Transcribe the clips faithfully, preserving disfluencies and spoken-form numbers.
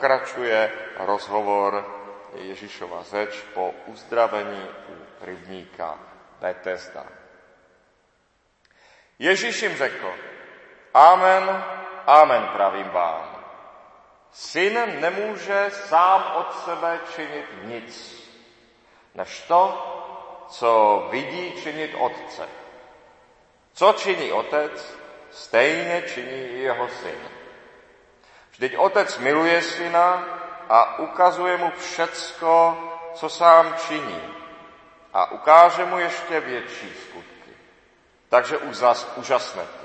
pokračuje rozhovor Ježíšova řeč po uzdravení u rybníka Betesda. Ježíš jim řekl, amen, amen pravím vám. Syn nemůže sám od sebe činit nic, než to, co vidí činit otce. Co činí otec, stejně činí i jeho syn. Vždyť otec miluje syna a ukazuje mu všecko, co sám činí, a ukáže mu ještě větší skutky. Takže už zas úžasnete.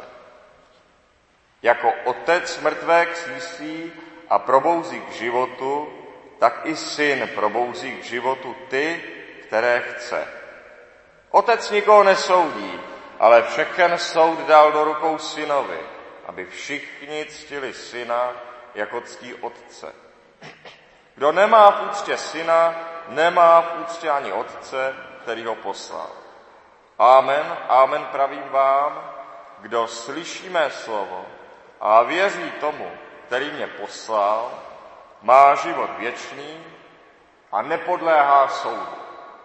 Jako otec mrtvé křísí a probouzí k životu, tak i syn probouzí k životu ty, které chce. Otec nikoho nesoudí, ale všechen soud dal do rukou synovi, aby všichni ctili syna, jako ctí otce. Kdo nemá v úctě syna, nemá v úctě ani otce, který ho poslal. Amen, amen pravím vám, kdo slyší mé slovo a věří tomu, který mě poslal, má život věčný a nepodléhá soudu,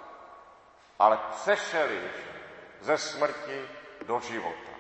ale přešel již ze smrti do života.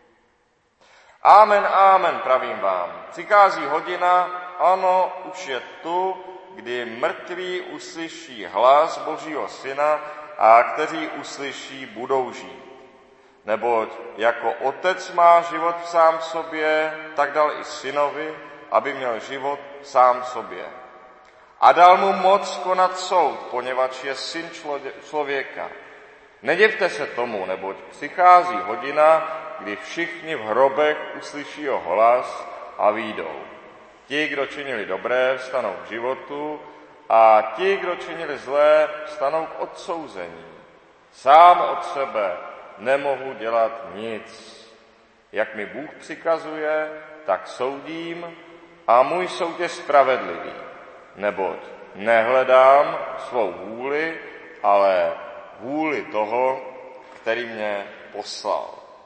Amen, amen pravím vám, přichází hodina, ano, už je tu, kdy mrtví uslyší hlas Božího syna a kteří uslyší, budou žít. Neboť jako otec má život v sám sobě, tak dal i synovi, aby měl život v sám sobě. A dal mu moc konat soud, poněvadž je syn člověka. Nedivte se tomu, neboť přichází hodina, kdy všichni v hrobech uslyší jeho hlas a vyjdou. Ti, kdo činili dobré, vstanou k životu a ti, kdo činili zlé, vstanou k odsouzení. Sám od sebe nemohu dělat nic. Jak mi Bůh přikazuje, tak soudím a můj soud je spravedlivý. Neboť nehledám svou vůli, ale vůli toho, který mě poslal.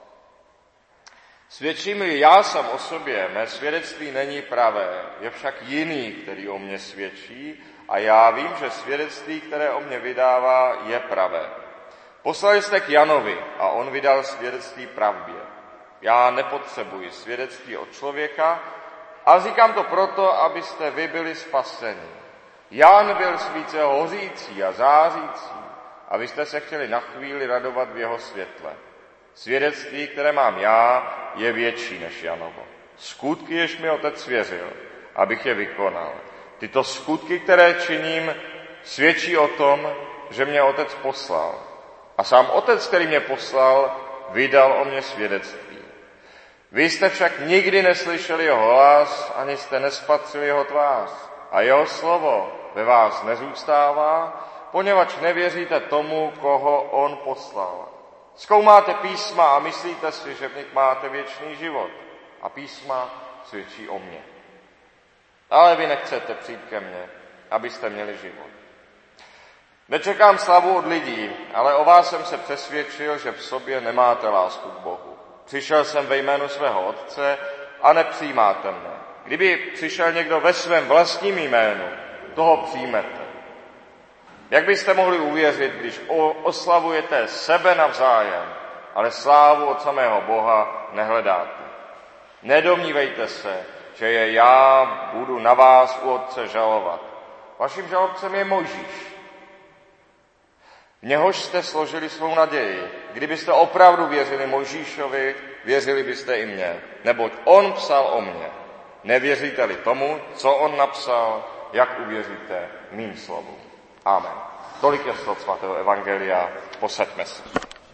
Svědčím-li já sám o sobě, mé svědectví není pravé, je však jiný, který o mně svědčí, a já vím, že svědectví, které o mně vydává, je pravé. Poslali jste k Janovi a on vydal svědectví pravdě. Já nepotřebuji svědectví od člověka, ale říkám to proto, abyste vy byli spaseni. Jan byl svíce hořící a zářící, a vy jste se chtěli na chvíli radovat v jeho světle. Svědectví, které mám já, je větší než Janovo. Skutky, jež mi otec svěřil, abych je vykonal. Tyto skutky, které činím, svědčí o tom, že mě otec poslal. A sám otec, který mě poslal, vydal o mě svědectví. Vy jste však nikdy neslyšeli jeho hlas, ani jste nespatřili jeho tvář. A jeho slovo ve vás nezůstává, poněvadž nevěříte tomu, koho on poslal. Zkoumáte písma a myslíte si, že v nich máte věčný život. A písma svědčí o mně. Ale vy nechcete přijít ke mně, abyste měli život. Nečekám slavu od lidí, ale o vás jsem se přesvědčil, že v sobě nemáte lásku k Bohu. Přišel jsem ve jménu svého otce a nepřijímáte mne. Kdyby přišel někdo ve svém vlastním jménu, toho přijmete. Jak byste mohli uvěřit, když oslavujete sebe navzájem, ale slávu od samého Boha nehledáte? Nedomnívejte se, že je já budu na vás u otce žalovat. Vaším žalobcem je Mojžíš. V něhož jste složili svou naději. Kdybyste opravdu věřili Mojžíšovi, věřili byste i mně, neboť on psal o mně. Nevěříte-li tomu, co on napsal, jak uvěříte mým slovům. Amen. Tolik je slov svatého evangelia. Posaďme se.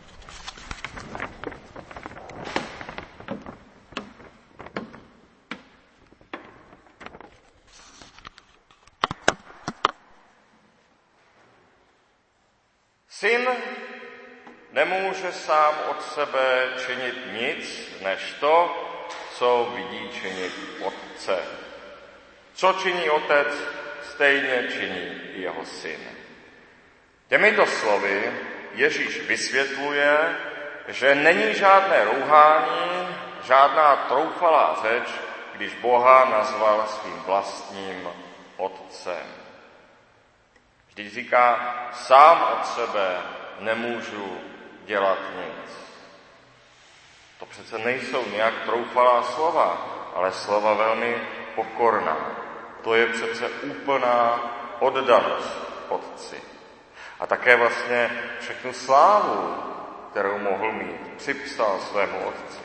Syn nemůže sám od sebe činit nic, než to, co vidí činit otce. Co činí otec, stejně činí i jeho syn. Těmito slovy Ježíš vysvětluje, že není žádné rouhání, žádná troufalá řeč, když Boha nazval svým vlastním Otcem. Vždyť říká, sám od sebe nemůžu dělat nic. To přece nejsou nějak troufalá slova, ale slova velmi pokorná. To je přece úplná oddanost Otci. A také vlastně všechnu slávu, kterou mohl mít, připsal svému Otci.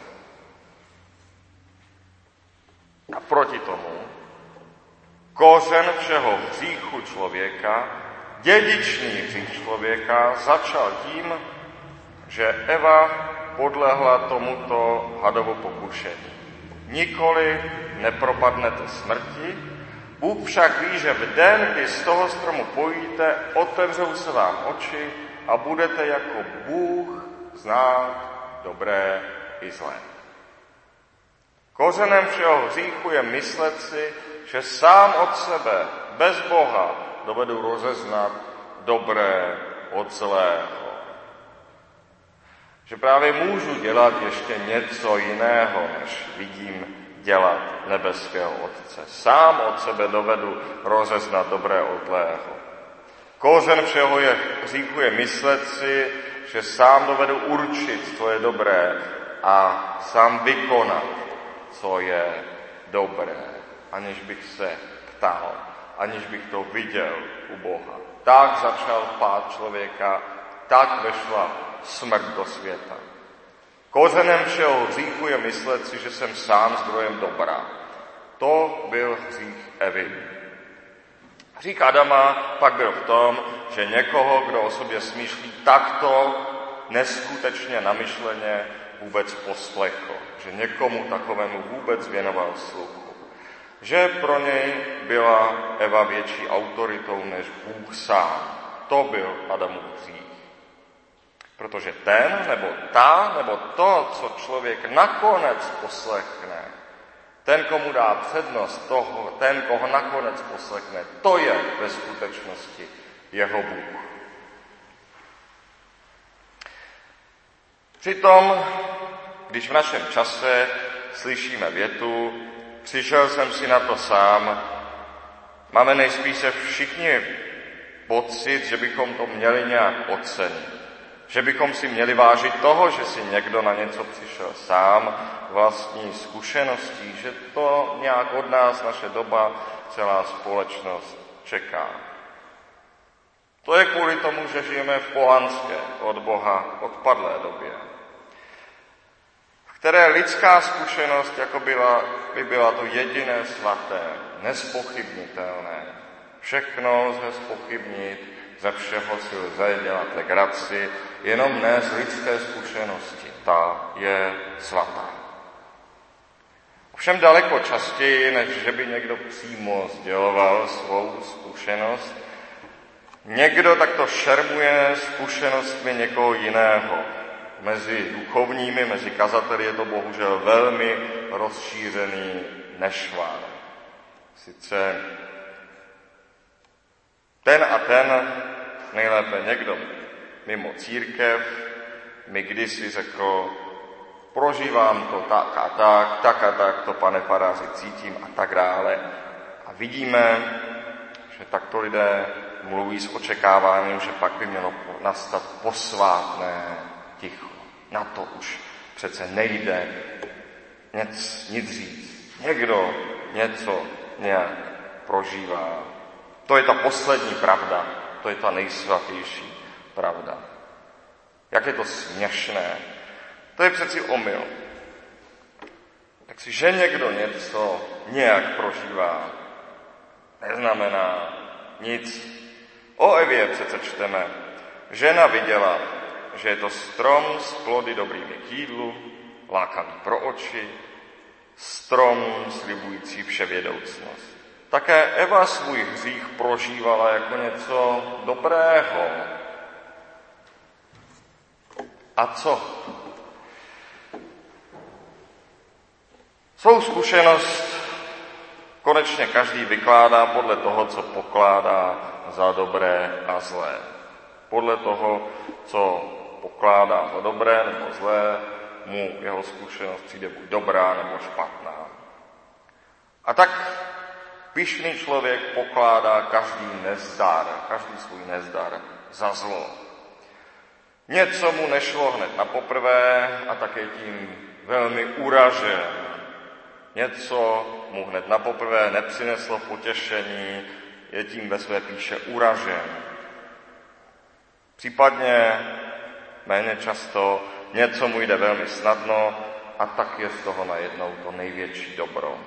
A proti tomu kořen všeho hříchu člověka, dědičný hřích člověka, začal tím, že Eva podlehla tomuto hadovu pokušení. Nikoli nepropadnete smrti, Bůh však ví, že v den, kdy z toho stromu pojíte, otevřou se vám oči a budete jako Bůh znát dobré i zlé. Kořenem všeho hříchu je myslet si, že sám od sebe, bez Boha, dovedu rozeznat dobré od zlého. Že právě můžu dělat ještě něco jiného, než vidím dělat nebeského Otce. Sám od sebe dovedu rozeznat dobré od zlého. Kořen všeho je, hříchu je myslet si, že sám dovedu určit, co je dobré a sám vykonat, co je dobré, aniž bych se ptal, aniž bych to viděl u Boha. Tak začal pád člověka, tak vešla smrt do světa. Kořenem všeho hříchu je myslet si, že jsem sám zdrojem dobra. To byl hřích Evy. Hřích Adama pak byl v tom, že někoho, kdo o sobě smýšlí takto neskutečně namyšleně, vůbec poslechl. Že někomu takovému vůbec věnoval sluchu. Že pro něj byla Eva větší autoritou než Bůh sám. To byl Adamův hřích. Protože ten, nebo ta, nebo to, co člověk nakonec poslechne, ten, komu dá přednost, toho, ten, koho nakonec poslechne, to je ve skutečnosti jeho Bůh. Přitom, když v našem čase slyšíme větu, přišel jsem si na to sám, máme nejspíše všichni pocit, že bychom to měli nějak ocenit. Že bychom si měli vážit toho, že si někdo na něco přišel sám, vlastní zkušeností, že to nějak od nás naše doba, celá společnost čeká. To je kvůli tomu, že žijeme v pohanské, od Boha odpadlé době, v které lidská zkušenost jako byla, by byla to jediné svaté, nespochybnitelné. Všechno lze zpochybnit, ze všeho si lze dělat legraci, jenom ne z lidské zkušenosti. Ta je svatá. Ovšem daleko častěji, než že by někdo přímo sděloval svou zkušenost, někdo takto šermuje zkušenostmi někoho jiného. Mezi duchovními, mezi kazateli je to bohužel velmi rozšířený nešvar. Sice ten a ten, nejlépe někdo mimo církev, mi kdysi řekl, prožívám to tak a tak, tak a tak, to pane faráři cítím a tak dále. A vidíme, že takto lidé mluví s očekáváním, že pak by mělo nastat posvátné ticho. Na to už přece nejde nic, nic říct. Někdo něco nějak prožívá. To je ta poslední pravda, to je ta nejsvatější pravda. Jak je to směšné. To je přeci omyl. Tak si, že někdo něco nějak prožívá, neznamená nic. O Evě přece čteme. Žena viděla, že je to strom s plody dobrými k jídlu, lákavý pro oči, strom slibující vševědoucnost. Také Eva svůj hřích prožívala jako něco dobrého. A co? Svou zkušenost konečně každý vykládá podle toho, co pokládá za dobré a zlé. Podle toho, co pokládá za dobré nebo zlé, mu jeho zkušenost přijde buď dobrá nebo špatná. A tak Pyšný člověk pokládá každý nezdar, každý svůj nezdar za zlo. Něco mu nešlo hned na poprvé a také tím velmi uražen. Něco mu hned na poprvé nepřineslo potěšení, je tím ve své píše uražen. Případně méně často něco mu jde velmi snadno a tak je z toho najednou to největší dobro.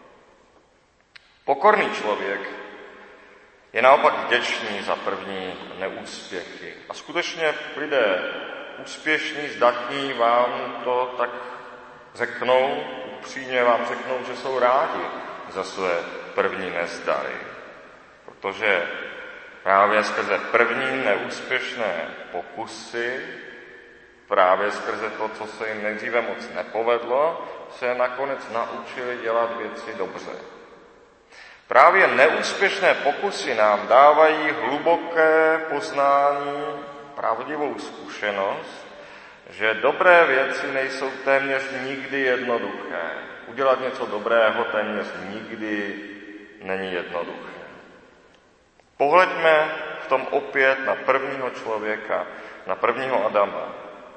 Pokorný člověk je naopak vděčný za první neúspěchy. A skutečně lidé úspěšní, zdatní vám to tak řeknou, upřímně vám řeknou, že jsou rádi za své první nezdary. Protože právě skrze první neúspěšné pokusy, právě skrze to, co se jim nejdříve moc nepovedlo, se nakonec naučili dělat věci dobře. Právě neúspěšné pokusy nám dávají hluboké poznání, pravdivou zkušenost, že dobré věci nejsou téměř nikdy jednoduché. Udělat něco dobrého téměř nikdy není jednoduché. Pohleďme v tom opět na prvního člověka, na prvního Adama.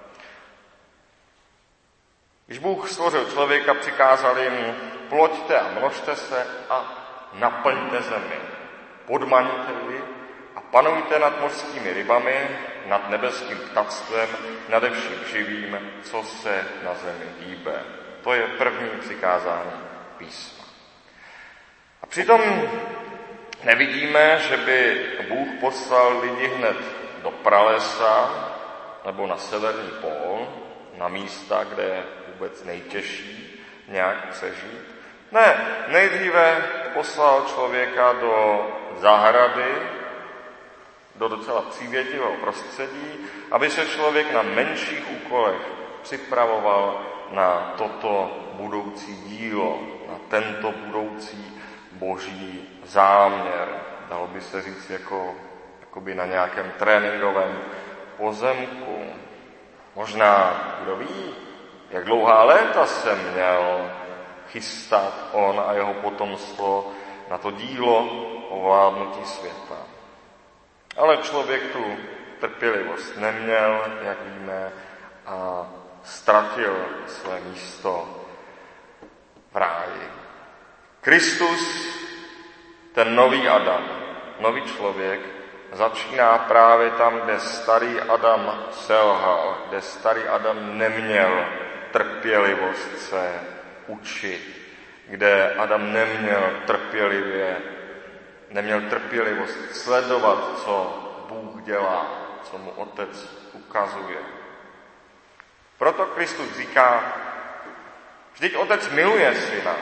Když Bůh stvořil člověka, přikázal jim, ploďte a množte se a naplňte zemi, podmaňte ji a panujte nad mořskými rybami, nad nebeským ptactvem, nade vším živým, co se na zemi hýbe. To je první přikázání písma. A přitom nevidíme, že by Bůh poslal lidi hned do pralesa nebo na severní pól, na místa, kde je vůbec nejtěžší nějak přežít. Ne, nejdříve poslal člověka do zahrady, do docela přívětivého prostředí, aby se člověk na menších úkolech připravoval na toto budoucí dílo, na tento budoucí boží záměr. Dalo by se říct jako, jakoby na nějakém tréninkovém pozemku. Možná, kdo ví, jak dlouhá léta jsem měl chystat on a jeho potomstvo na to dílo ovládnutí světa. Ale člověk tu trpělivost neměl, jak víme, a ztratil své místo v ráji. Kristus, ten nový Adam, nový člověk, začíná právě tam, kde starý Adam selhal, kde starý Adam neměl trpělivost se učit, kde Adam neměl trpělivě, neměl trpělivost sledovat, co Bůh dělá, co mu Otec ukazuje. Proto Kristus říká, vždyť Otec miluje syna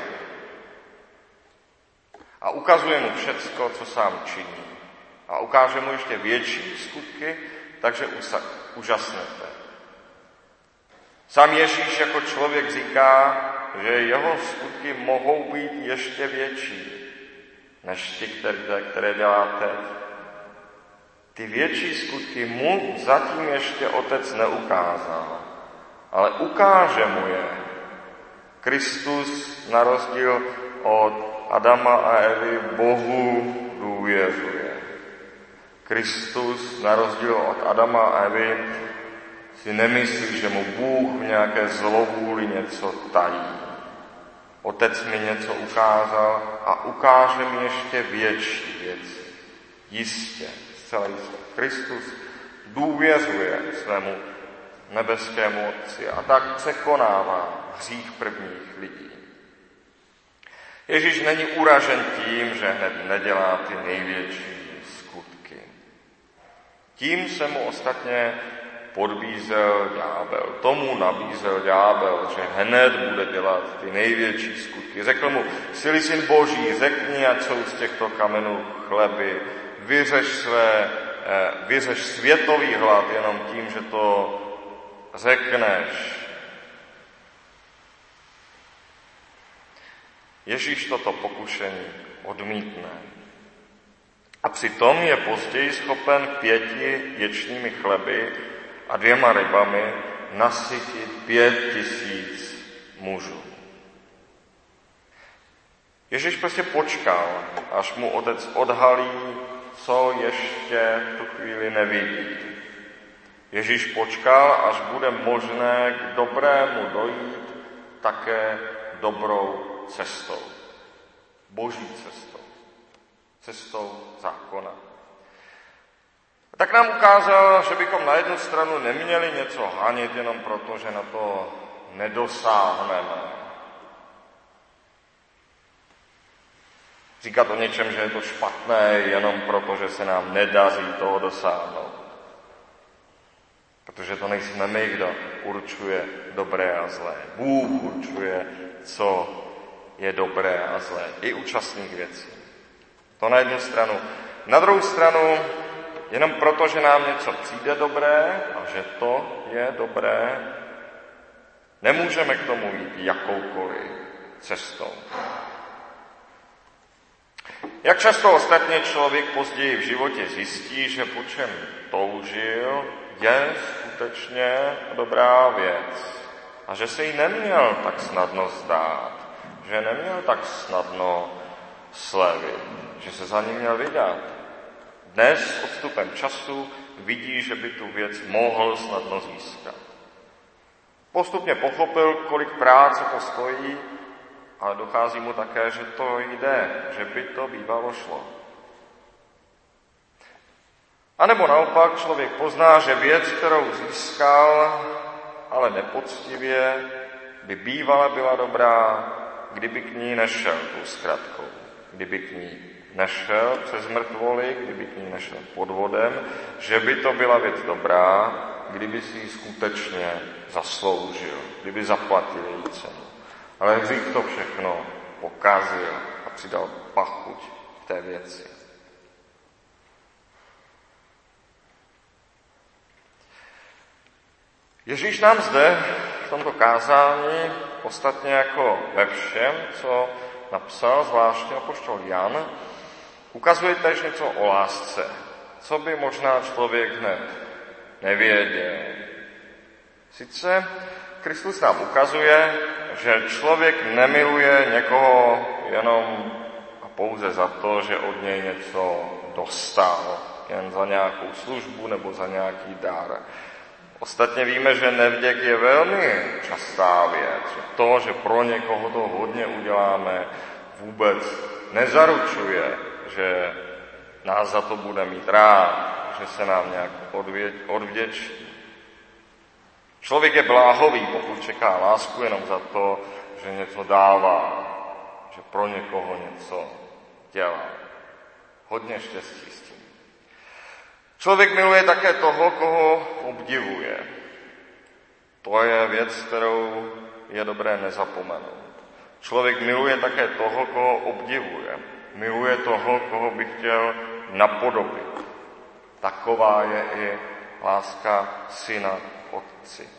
a ukazuje mu všecko, co sám činí. A ukáže mu ještě větší skutky, takže úžasnete. Sám Ježíš jako člověk říká, že jeho skutky mohou být ještě větší, než ty, které, které dělá teď. Ty větší skutky mu zatím ještě Otec neukázal, ale ukáže mu je. Kristus na rozdíl od Adama a Evy Bohu důvěřuje. Kristus na rozdíl od Adama a Evy si nemyslí, že mu Bůh v nějaké zlovůli něco tají. Otec mi něco ukázal a ukáže mi ještě větší věci. Jistě, zcela jistě. Kristus důvěřuje svému nebeskému Otci a tak překonává hřích prvních lidí. Ježíš není uražen tím, že hned nedělá ty největší skutky. Tím se mu ostatně podbízel ďábel. Tomu nabízel ďábel, že hned bude dělat ty největší skutky. Řekl mu, jsi syn Boží, řekni, ať jsou z těchto kamenů chleby, vyřeš, své, vyřeš světový hlad jenom tím, že to řekneš. Ježíš toto pokušení odmítne. A přitom je později schopen pěti věčnými chleby a dvěma rybami nasytit pět tisíc mužů. Ježíš prostě počkal, až mu otec odhalí, co ještě v tu chvíli nevidí. Ježíš počkal, až bude možné k dobrému dojít také dobrou cestou. Boží cestou. Cestou zákona. Tak nám ukázal, že bychom na jednu stranu neměli něco hanit jenom proto, že na to nedosáhneme. Říkat o něčem, že je to špatné, jenom proto, že se nám nedaří toho dosáhnout. Protože to nejsme my, kdo určuje dobré a zlé. Bůh určuje, co je dobré a zlé. I účastných věcí. To na jednu stranu. Na druhou stranu, jenom proto, že nám něco přijde dobré a že to je dobré, nemůžeme k tomu jít jakoukoliv cestou. Jak často ostatně člověk později v životě zjistí, že po čem toužil, je skutečně dobrá věc a že se jí neměl tak snadno zdát, že neměl tak snadno slevit, že se za ní měl vydat. Dnes odstupem času vidí, že by tu věc mohl snadno získat. Postupně pochopil, kolik práce to stojí, ale dochází mu také, že to jde, že by to bývalo šlo. A nebo naopak člověk pozná, že věc, kterou získal, ale nepoctivě, by bývala byla dobrá, kdyby k ní nešel tou zkratkou, kdyby k ní nešel přes mrtvoly, kdyby k ní nešel podvodem, že by to byla věc dobrá, kdyby si ji skutečně zasloužil, kdyby zaplatil její cenu. Ale hřích to všechno pokazil a přidal pachuť v té věci. Ježíš nám zde v tomto kázání, ostatně jako ve všem, co napsal zvláštně apoštol Jan, ukazuje též něco o lásce, co by možná člověk hned nevěděl. Sice Kristus nám ukazuje, že člověk nemiluje někoho jenom a pouze za to, že od něj něco dostal, jen za nějakou službu nebo za nějaký dar. Ostatně víme, že nevděk je velmi častá věc. Že to, že pro někoho to hodně uděláme, vůbec nezaručuje, že nás za to bude mít rád, že se nám nějak odvděčí. Člověk je bláhový, pokud čeká lásku jenom za to, že něco dává, že pro někoho něco dělá. Hodně štěstí s tím. Člověk miluje také toho, koho obdivuje. To je věc, kterou je dobré nezapomenout. Člověk miluje také toho, koho obdivuje. Miluje toho, koho by chtěl napodobit. Taková je i láska syna k otci.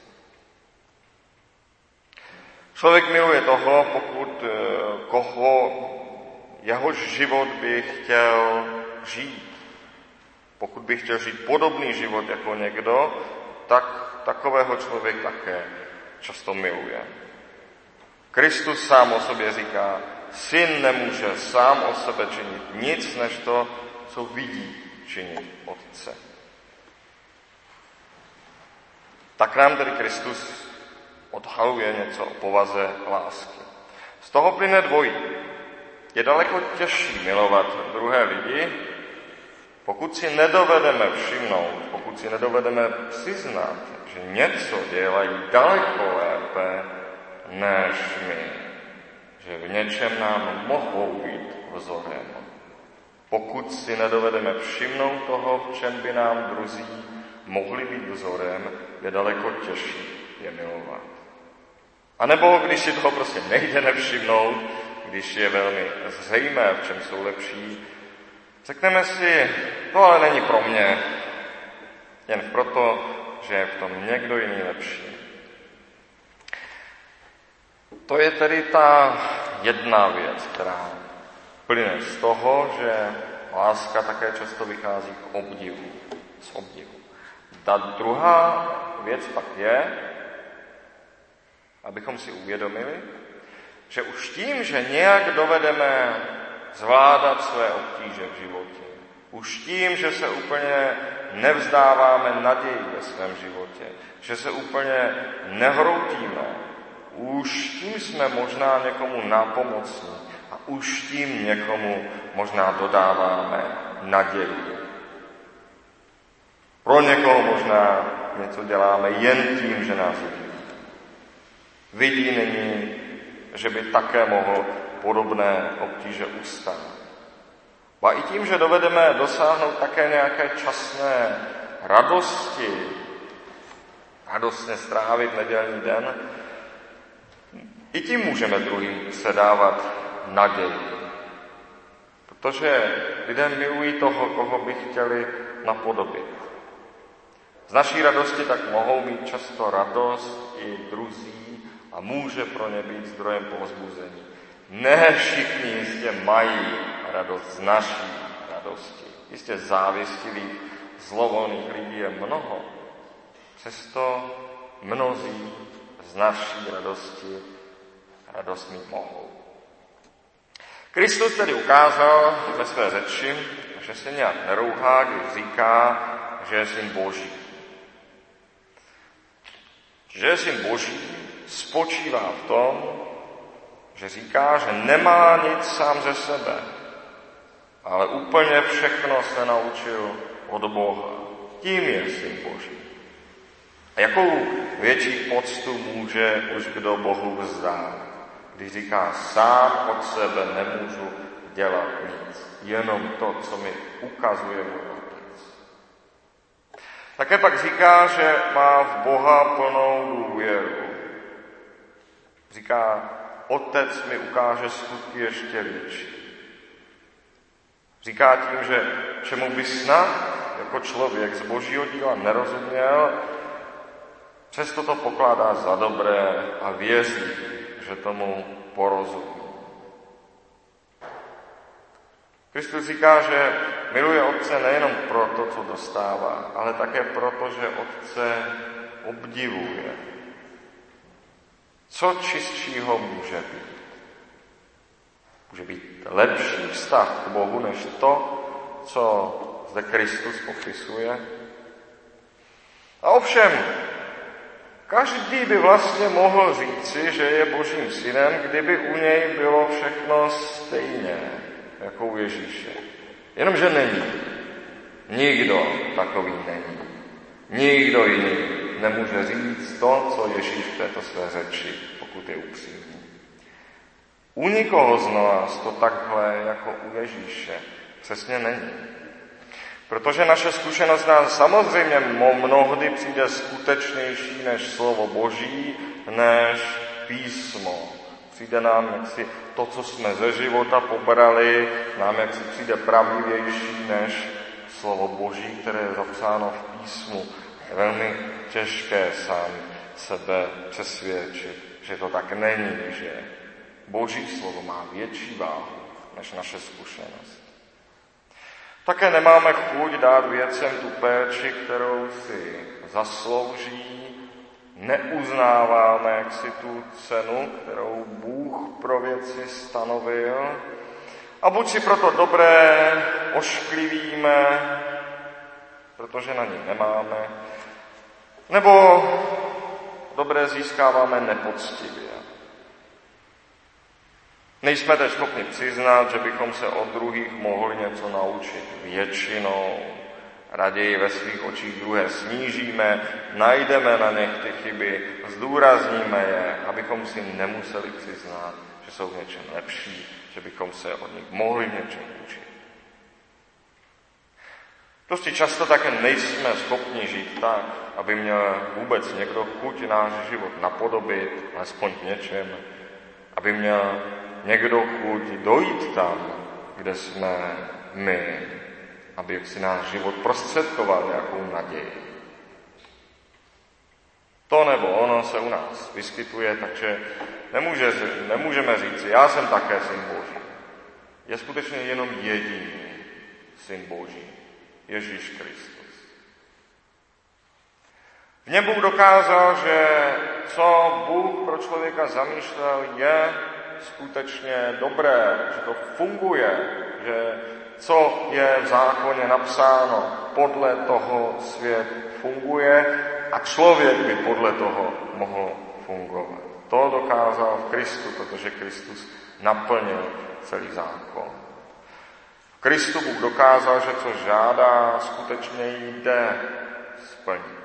Člověk miluje toho, pokud koho jehož život by chtěl žít. Pokud by chtěl žít podobný život jako někdo, tak takového člověk také často miluje. Kristus sám o sobě říká, syn nemůže sám o sebe činit nic, než to, co vidí činit otce. Tak nám tedy Kristus odhaluje něco o povaze lásky. Z toho plyne dvojí. Je daleko těžší milovat druhé lidi, pokud si nedovedeme všimnout, pokud si nedovedeme přiznat, že něco dělají daleko lépe než my, že v něčem nám mohou být vzorem. Pokud si nedovedeme všimnout toho, v čem by nám druzí mohli být vzorem, je daleko těžší je milovat. A nebo když si toho prostě nejde nevšimnout, když je velmi zřejmé, v čem jsou lepší, řekneme si, to ale není pro mě, jen proto, že je v tom někdo jiný lepší. To je tedy ta jedna věc, která plyne z toho, že láska také často vychází k obdivu, z obdivu. Ta druhá věc pak je, abychom si uvědomili, že už tím, že nějak dovedeme zvládat své obtíže v životě, už tím, že se úplně nevzdáváme naději ve svém životě, že se úplně nehroutíme, už tím jsme možná někomu nápomocní a už tím někomu možná dodáváme naději. Pro někoho možná něco děláme jen tím, že nás vidí. Vidí nyní, že by také mohl podobné obtíže ustát. A i tím, že dovedeme dosáhnout také nějaké časné radosti, radostně strávit nedělní den, i tím můžeme druhým předávat naději. Protože lidé milují toho, koho by chtěli napodobit. Z naší radosti tak mohou mít často radost i druzí a může pro ně být zdrojem povzbuzení. Ne všichni jistě mají radost z naší radosti. Jistě závistivých, zlovolných lidí je mnoho. Přesto mnozí z naší radosti radost mít mohou. Kristus tedy ukázal ve své řeči, že se nějak nerouhá, když říká, že je syn Boží. Že je syn Boží spočívá v tom, že říká, že nemá nic sám ze sebe, ale úplně všechno se naučil od Boha. Tím je syn Boží. A jakou větší poctu může už kdo Bohu vzdát, když říká, sám od sebe nemůžu dělat nic, jenom to, co mi ukazuje můj Otec. Také pak říká, že má v Boha plnou důvěru. Říká, Otec mi ukáže skutky ještě větší. Říká tím, že čemu by snad jako člověk z Božího díla nerozuměl, přesto to pokládá za dobré a věří, že tomu porozumí. Kristus říká, že miluje Otce nejenom proto, co dostává, ale také proto, že Otce obdivuje. Co čistšího může být? Může být lepší vztah k Bohu, než to, co zde Kristus popisuje? A ovšem, každý by vlastně mohl říci, že je Božím synem, kdyby u něj bylo všechno stejně, jako u Ježíše. Jenomže není. Nikdo takový není. Nikdo jiný nemůže říct to, co Ježíš v této své řeči, pokud je upřímný. U nikoho z nás to takhle jako u Ježíše přesně není. Protože naše zkušenost nás samozřejmě mnohdy přijde skutečnější než slovo Boží, než písmo. Přijde nám jaksi to, co jsme ze života pobrali, nám jaksi přijde pravdivější než slovo Boží, které je zapsáno v písmu. Je velmi těžké sám sebe přesvědčit, že to tak není, že Boží slovo má větší váhu než naše zkušenost. Také nemáme chuť dát věcem tu péči, kterou si zaslouží, neuznáváme jaksi tu cenu, kterou Bůh pro věci stanovil, a buď si proto dobré ošklivíme, protože na ní nemáme, nebo dobré získáváme nepoctivě. Nejsme teď schopni přiznat, že bychom se od druhých mohli něco naučit většinou. Raději ve svých očích druhé snížíme, najdeme na nich ty chyby, zdůrazníme je, abychom si nemuseli přiznat, že jsou v něčem lepší, že bychom se od nich mohli v něčem učit. Dosti často také nejsme schopni žít tak, aby měl vůbec někdo chuť náš život napodobit, alespoň v něčem, aby měl někdo chuť dojít tam, kde jsme my, aby si náš život prostředkoval nějakou naději. To nebo ono se u nás vyskytuje, takže nemůže, nemůžeme říct, já jsem také syn Boží. Je skutečně jenom jediný syn Boží, Ježíš Kristus. V něm Bůh dokázal, že co Bůh pro člověka zamýšlel, je skutečně dobré, že to funguje, že co je v zákoně napsáno, podle toho svět funguje a člověk by podle toho mohl fungovat. To dokázal v Kristu, protože Kristus naplnil celý zákon. V Kristu Bůh dokázal, že co žádá, skutečně jde splnit.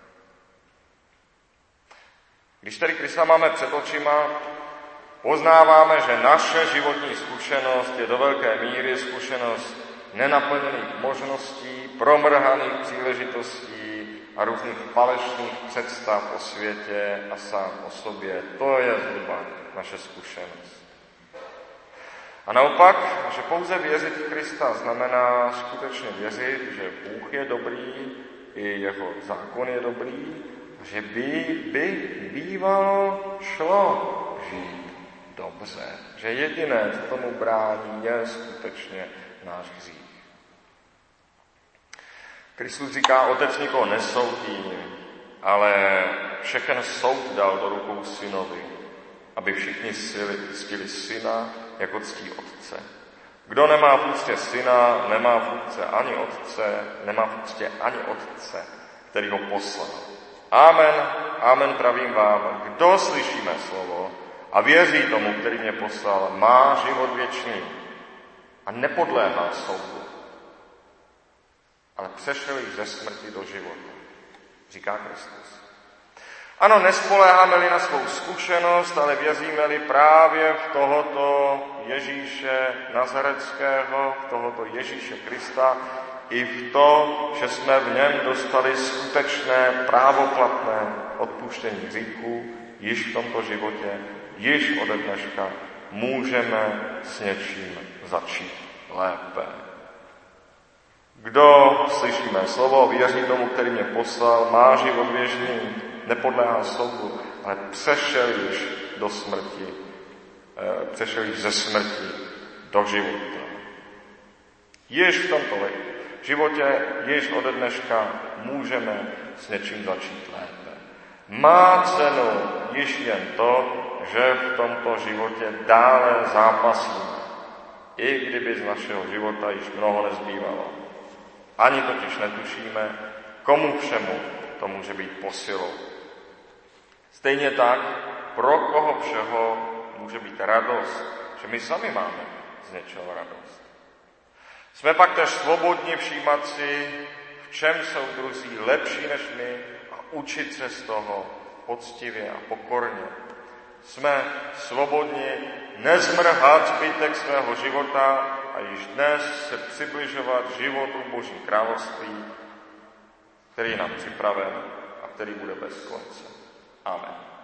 Když tedy Krista máme před očima, poznáváme, že naše životní zkušenost je do velké míry zkušenost nenaplněných možností, promrhaných příležitostí a různých falešných představ o světě a sám o sobě. To je zhruba naše zkušenost. A naopak, že pouze věřit v Krista znamená skutečně věřit, že Bůh je dobrý, i jeho zákon je dobrý, že by, by bývalo šlo žít dobře. Že jediné, co tomu brání, je skutečně náš hřích. Kristus říká, otec nikoho nesoudí, ale všechen soud dal do rukou synovi, aby všichni ctili syna, jako ctí otce. Kdo nemá v úctě syna, nemá v úctě ani otce, nemá v úctě ani otce, který ho poslal. Amen, amen pravím vám, kdo slyší mé slovo a věří tomu, který mě poslal, má život věčný a nepodléhá soudu, ale přešel již ze smrti do života, říká Kristus. Ano, nespoléháme-li na svou zkušenost, ale věříme-li právě v tohoto Ježíše Nazareckého, v tohoto Ježíše Krista, i v to, že jsme v něm dostali skutečné právoplatné odpuštění hříchů, již v tomto životě, již ode dneška můžeme s něčím začít lépe. Kdo slyší mé slovo, věří tomu, který mě poslal, má život věčný, nepodléhá soudu, ale přešel již do smrti, přešel již ze smrti do života. Již v tomto životě, již ode dneška můžeme s něčím začít lépe. Má cenu již jen to, že v tomto životě dále zápasíme, i kdyby z našeho života již mnoho nezbývalo. Ani totiž netušíme, komu všemu to může být posilou. Stejně tak, pro koho všeho může být radost, že my sami máme z něčeho radost. Jsme pak tež svobodní všímat si, v čem jsou druzí lepší než my a učit se z toho poctivě a pokorně. Jsme svobodní nezmrhat zbytek svého života a již dnes se přibližovat životu Boží království, který je nám připraven a který bude bez konce. Amen.